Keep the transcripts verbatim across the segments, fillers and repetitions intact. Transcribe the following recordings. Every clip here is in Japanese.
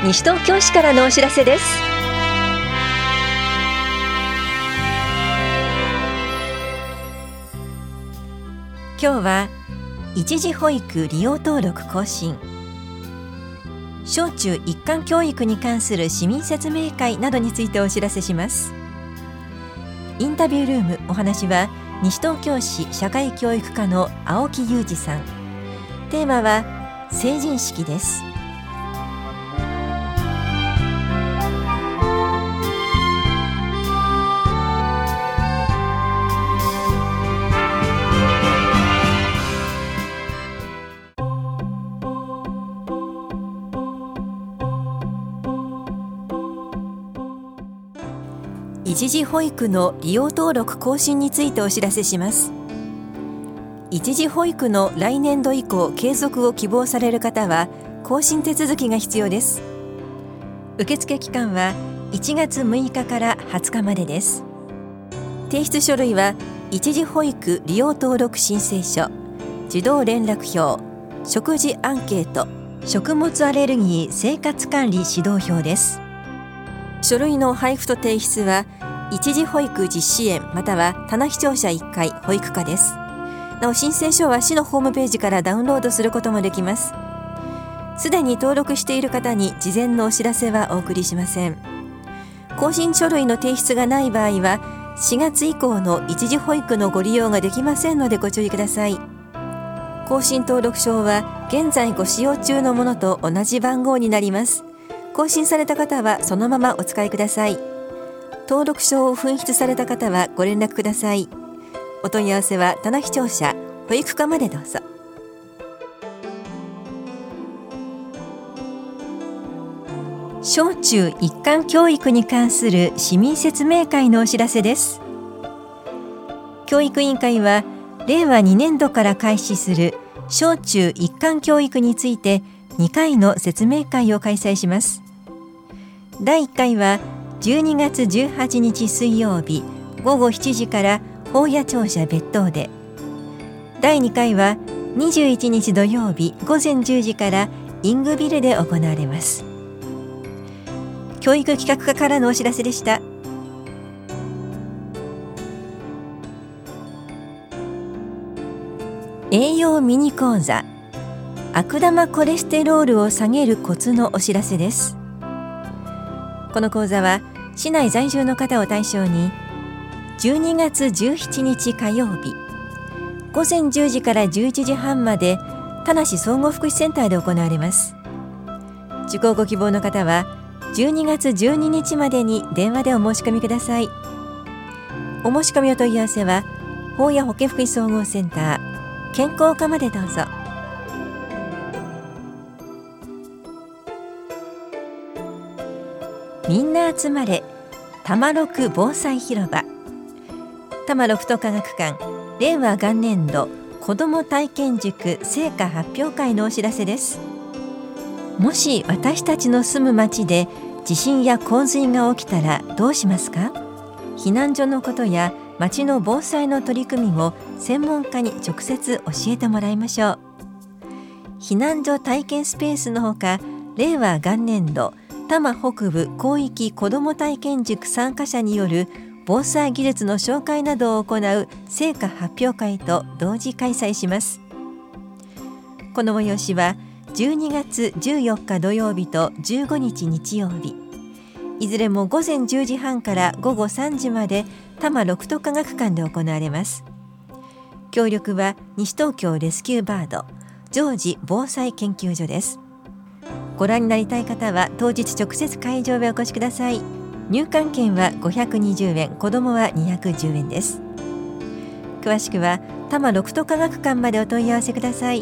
西東京市からのお知らせです。今日は一時保育利用登録更新、小中一貫教育に関する市民説明会などについてお知らせします。インタビュールーム、お話は西東京市社会教育課の青木裕二さん。テーマは成人式です。一時保育の利用登録更新についてお知らせします。一時保育の来年度以降継続を希望される方は更新手続きが必要です。受付期間はいちがつむいかからはつかまでです。提出書類は一時保育利用登録申請書、児童連絡票、食事アンケート、食物アレルギー生活管理指導票です。書類の配布と提出は一時保育実施園または棚視聴者いっかい保育課です。なお申請書は市のホームページからダウンロードすることもできます。すでに登録している方に事前のお知らせはお送りしません。更新書類の提出がない場合はしがつ以降の一時保育のご利用ができませんのでご注意ください。更新登録証は現在ご使用中のものと同じ番号になります。更新された方はそのままお使いください。登録証を紛失された方はご連絡ください。お問い合わせは棚視聴者保育課までどうぞ。小中一貫教育に関する市民説明会のお知らせです。教育委員会はれいわにねんどから開始する小中一貫教育についてにかいの説明会を開催します。だいいっかいはじゅうにがつじゅうはちにち水曜日ごごしちじから保谷庁舎別当で、だいにかいはにじゅういちにち土曜日ごぜんじゅうじからイングビルで行われます。教育企画課からのお知らせでした。栄養ミニ講座、悪玉コレステロールを下げるコツのお知らせです。この講座は市内在住の方を対象にじゅうにがつじゅうしちにち火曜日ごぜんじゅうじからじゅういちじはんまで田無総合福祉センターで行われます。受講ご希望の方はじゅうにがつじゅうににちまでに電話でお申し込みください。お申し込みお問い合わせは保谷保健福祉総合センター健康課までどうぞ。みんな集まれ多摩六防災広場、多摩六都科学館れいわ元年度子ども体験塾成果発表会のお知らせです。もし私たちの住む町で地震や洪水が起きたらどうしますか？避難所のことや町の防災の取り組みを専門家に直接教えてもらいましょう。避難所体験スペースのほか、れいわ元年度多摩北部広域子ども体験塾参加者による防災技術の紹介などを行う成果発表会と同時開催します。この催しはじゅうにがつじゅうよっか土曜日とじゅうごにち日曜日、いずれもごぜんじゅうじはんからごごさんじまで多摩六都科学館で行われます。協力は西東京レスキューバード常時防災研究所です。ご覧になりたい方は当日直接会場へお越しください。入館券はごひゃくにじゅうえん、子どもはにひゃくじゅうえんです。詳しくは多摩六都科学館までお問い合わせください。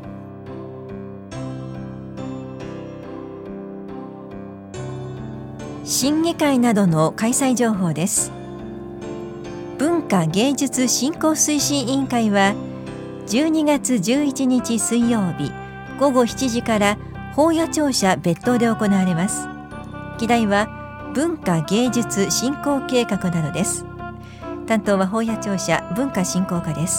審議会などの開催情報です。文化芸術振興推進委員会はじゅうにがつじゅういちにち水曜日ごごしちじから保谷庁舎別当で行われます。議題は文化芸術振興計画などです。担当は保谷庁舎文化振興課です。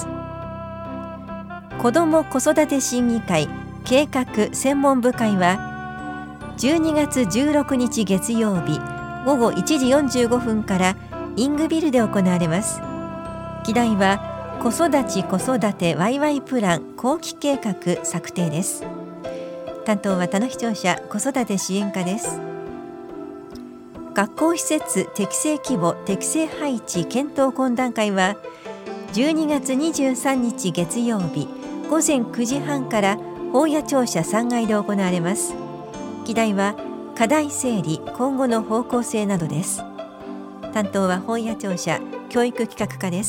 子ども子育て審議会計画専門部会はじゅうにがつじゅうろくにち月曜日ごごいちじよんじゅうごふんからイングビルで行われます。議題は子育ち子育てワイワイプラン後期計画策定です。担当は田野庁舎子育て支援課です。学校施設適正規模適正配置検討懇談会はじゅうにがつにじゅうさんにち月曜日ごぜんくじはんから宝谷庁舎さんがいで行われます。議題は課題整理今後の方向性などです。担当は宝谷庁舎教育企画課です。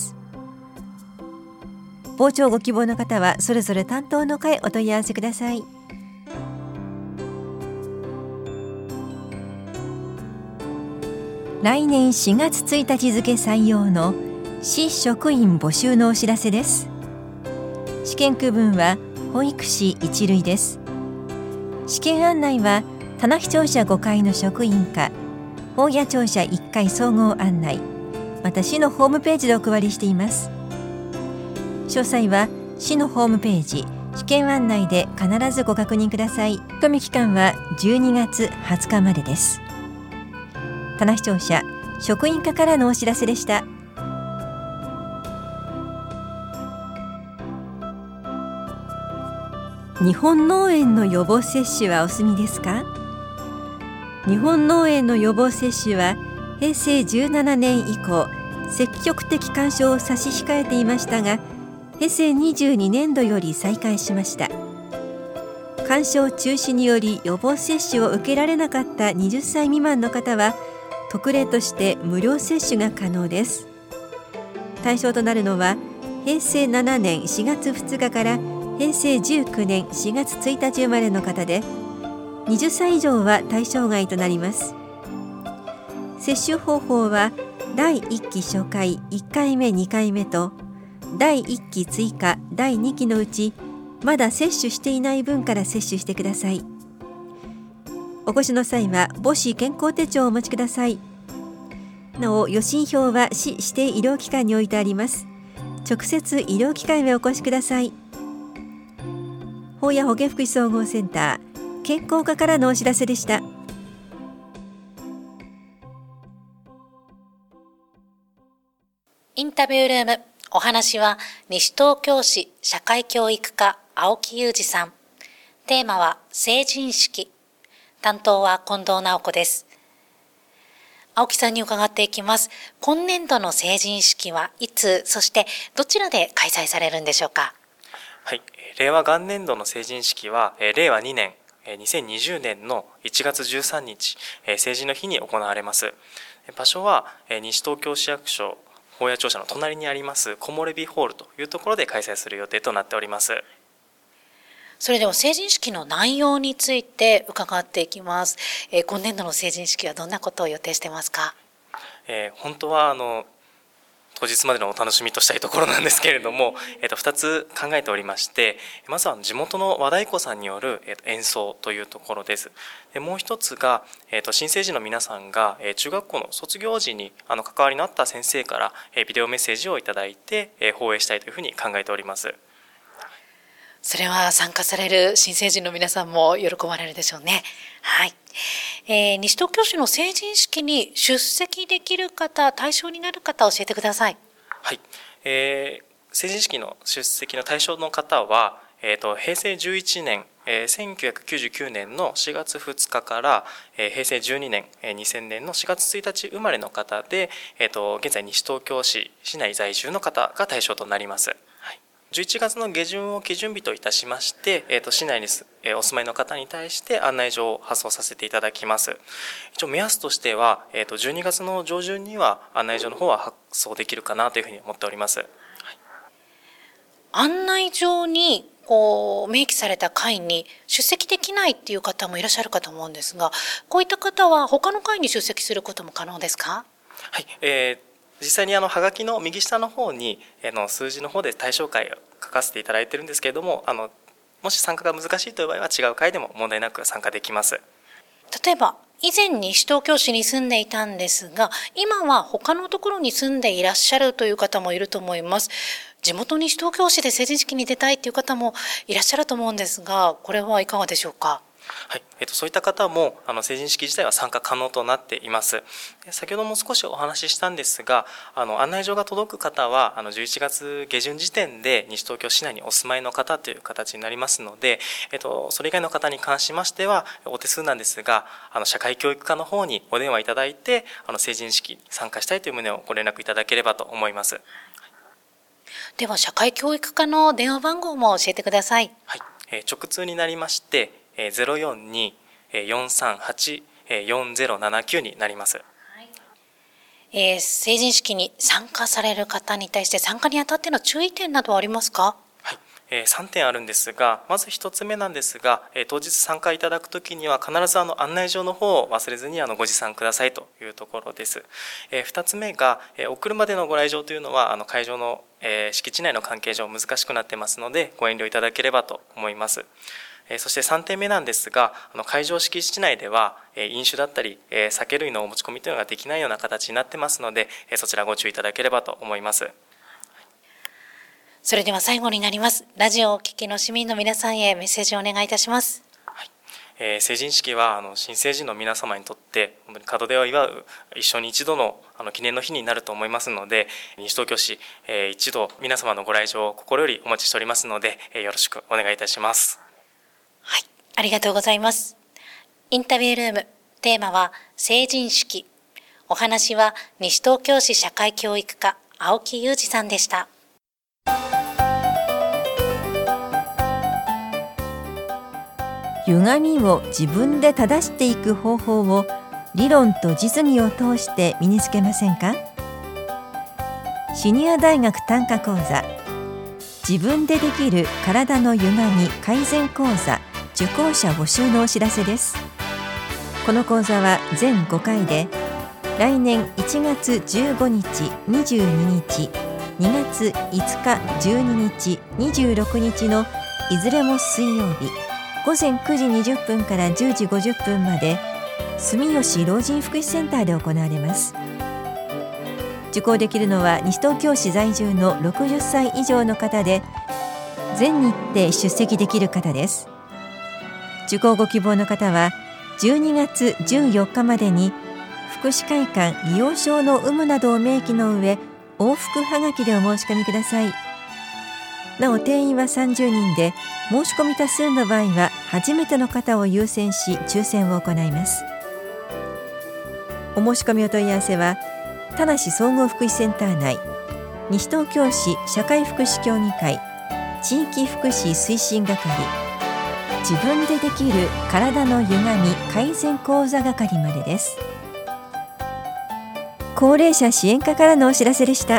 傍聴ご希望の方はそれぞれ担当の課へお問い合わせください。来年しがつついたち付採用の市職員募集のお知らせです。試験区分は保育士一類です。試験案内は田名庁舎ごかいの職員課、宝谷庁舎いっかい総合案内、また市のホームページでお配りしています。詳細は市のホームページ試験案内で必ずご確認ください。取り期間はじゅうにがつはつかまでです。田名庁舎職員課からのお知らせでした。日本脳炎の予防接種はお済みですか？日本脳炎の予防接種はへいせいじゅうななねん以降積極的勧奨を差し控えていましたが、へいせいにじゅうにねんどより再開しました。勧奨中止により予防接種を受けられなかったはたち未満の方は特例として無料接種が可能です。対象となるのはへいせいななねんしがつふつかからへいせいじゅうきゅうねんしがつついたち生まれの方で、はたち以上は対象外となります。接種方法はだいいっき初回いっかいめにかいめとだいいっき追加だいにきのうちまだ接種していない分から接種してください。お越しの際は母子健康手帳をお持ちください。なお予診票は市指定医療機関に置いてあります。直接医療機関へお越しください。宝谷保健福祉総合センター健康課からのお知らせでした。 インタビュールーム、お話は西東京市社会教育課青木裕二さん。テーマは成人式。担当は近藤直子です。青木さんに伺っていきます。今年度の成人式はいつ、そしてどちらで開催されるんでしょうか？ はい、令和元年度の成人式は令和にねんにせんにじゅうねんのいちがつじゅうさんにち成人の日に行われます。場所は西東京市役所宝谷庁舎の隣にあります木漏れ日ホールというところで開催する予定となっております。 それでは成人式の内容について伺っていきます。えー、今年度の成人式はどんなことを予定してますか？ えー、本当はあの当日までのお楽しみとしたいところなんですけれども、えー、とふたつ考えておりまして、まずは地元の和太鼓さんによる、えー、と演奏というところです。でもう一つが、えー、と新成人の皆さんが、えー、中学校の卒業時にあの関わりのあった先生から、えー、ビデオメッセージをいただいて、えー、放映したいというふうに考えております。 それは参加される新成人の皆さんも喜ばれるでしょうね。はい。えー、西東京市の成人式に出席できる方、対象になる方、教えてください。 はい。えー、成人式の出席の対象の方は、えーと、へいせいじゅういちねん、えー、せんきゅうひゃくきゅうじゅうきゅうねんのしがつふつかから、えー、へいせいじゅうにねん、えー、にせんねんのしがつついたち生まれの方で、えーと、現在西東京市市内在住の方が対象となります。じゅういちがつの下旬を基準日といたしまして、えー、と市内にお住まいの方に対して案内状を発送させていただきます。一応目安としては、えー、とじゅうにがつの上旬には案内状の方は発送できるかなというふうに思っております。はい、 案内状にこう明記された会に出席できないっていう方もいらっしゃるかと思うんですが、こういった方は他の会に出席することも可能ですか？ はい、えー実際にあのはがきの右下の方にあの数字の方で対象会を書かせていただいているんですけれども、あのもし参加が難しいという場合は違う会でも問題なく参加できます。 例えば以前西東京市に住んでいたんですが、今は他のところに住んでいらっしゃるという方もいると思います。地元西東京市で成人式に出たいという方もいらっしゃると思うんですが、これはいかがでしょうか？ はい、えっと、そういった方もあの成人式自体は参加可能となっています。先ほども少しお話ししたんですが、あの案内状が届く方はあのじゅういちがつげじゅん時点で西東京市内にお住まいの方という形になりますので、えっと、それ以外の方に関しましてはお手数なんですが、あの社会教育課の方にお電話いただいて、あの成人式に参加したいという旨をご連絡いただければと思います。 では社会教育課の電話番号も教えてください。 はい、えー、直通になりましてゼロよんに よんさんはち よんゼロななきゅうになります。 えー、成人式に参加される方に対して参加にあたっての注意点などはありますか？ はい、えー、さんてんあるんですが、まずひとつめなんですが、えー、当日参加いただくときには必ずあの案内状の方を忘れずにあのご持参くださいというところです。えー、ふたつめが、えー、お車でのご来場というのはあの会場の、えー、敷地内の関係上難しくなってますのでご遠慮いただければと思います。そしてさんてんめなんですが、会場敷地内では飲酒だったり酒類のお持ち込みというのができないような形になってますので、そちらご注意いただければと思います。 それでは最後になります。ラジオをお聞きの市民の皆さんへメッセージをお願いいたします。 はい、えー、成人式はあの新成人の皆様にとって本当に門出を祝う一生に一度のあの記念の日になると思いますので、西東京市、えー、一度皆様のご来場を心よりお待ちしておりますので、よろしくお願いいたします。 はい、ありがとうございます。インタビュールーム、テーマは成人式。お話は西東京市社会教育課青木裕二さんでした。 歪みを自分で正していく方法を理論と実技を通して身につけませんか？シニア大学短歌講座、自分でできる体の歪み改善講座受講者募集のお知らせです。この講座は全ごかいで、来年いちがつじゅうごにち、にじゅうににち、にがついつか、じゅうににち、にじゅうろくにちのいずれも水曜日、ごぜんくじにじゅっぷんからじゅうじごじゅっぷんまで住吉老人福祉センターで行われます。受講できるのは西東京市在住のろくじゅっさい以上の方で、全日程出席できる方です。受講ご希望の方はじゅうにがつじゅうよっかまでに福祉会館利用証の有無などを明記の上、往復はがきでお申し込みください。なお定員はさんじゅうにんで、申し込み多数の場合は初めての方を優先し抽選を行います。お申し込みお問い合わせは田無総合福祉センター内西東京市社会福祉協議会地域福祉推進係自分でできる体の歪み改善講座係までです。高齢者支援課からのお知らせでした。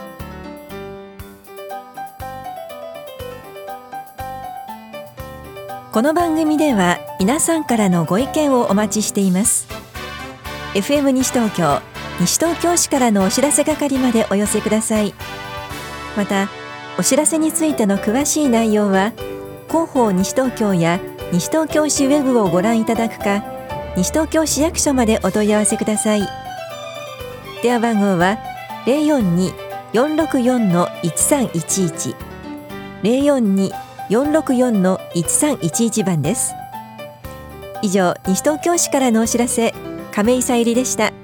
この番組では皆さんからのご意見をお待ちしています。 エフエム 西東京西東京市からのお知らせ係までお寄せください。またお知らせについての詳しい内容は広報西東京や西東京市ウェブをご覧いただくか、西東京市役所までお問い合わせください。電話番号は ゼロよんに よんろくよん いちさんいちいち ゼロよんに よんろくよん いちさんいちいち番です。以上、西東京市からのお知らせ、亀井さゆりでした。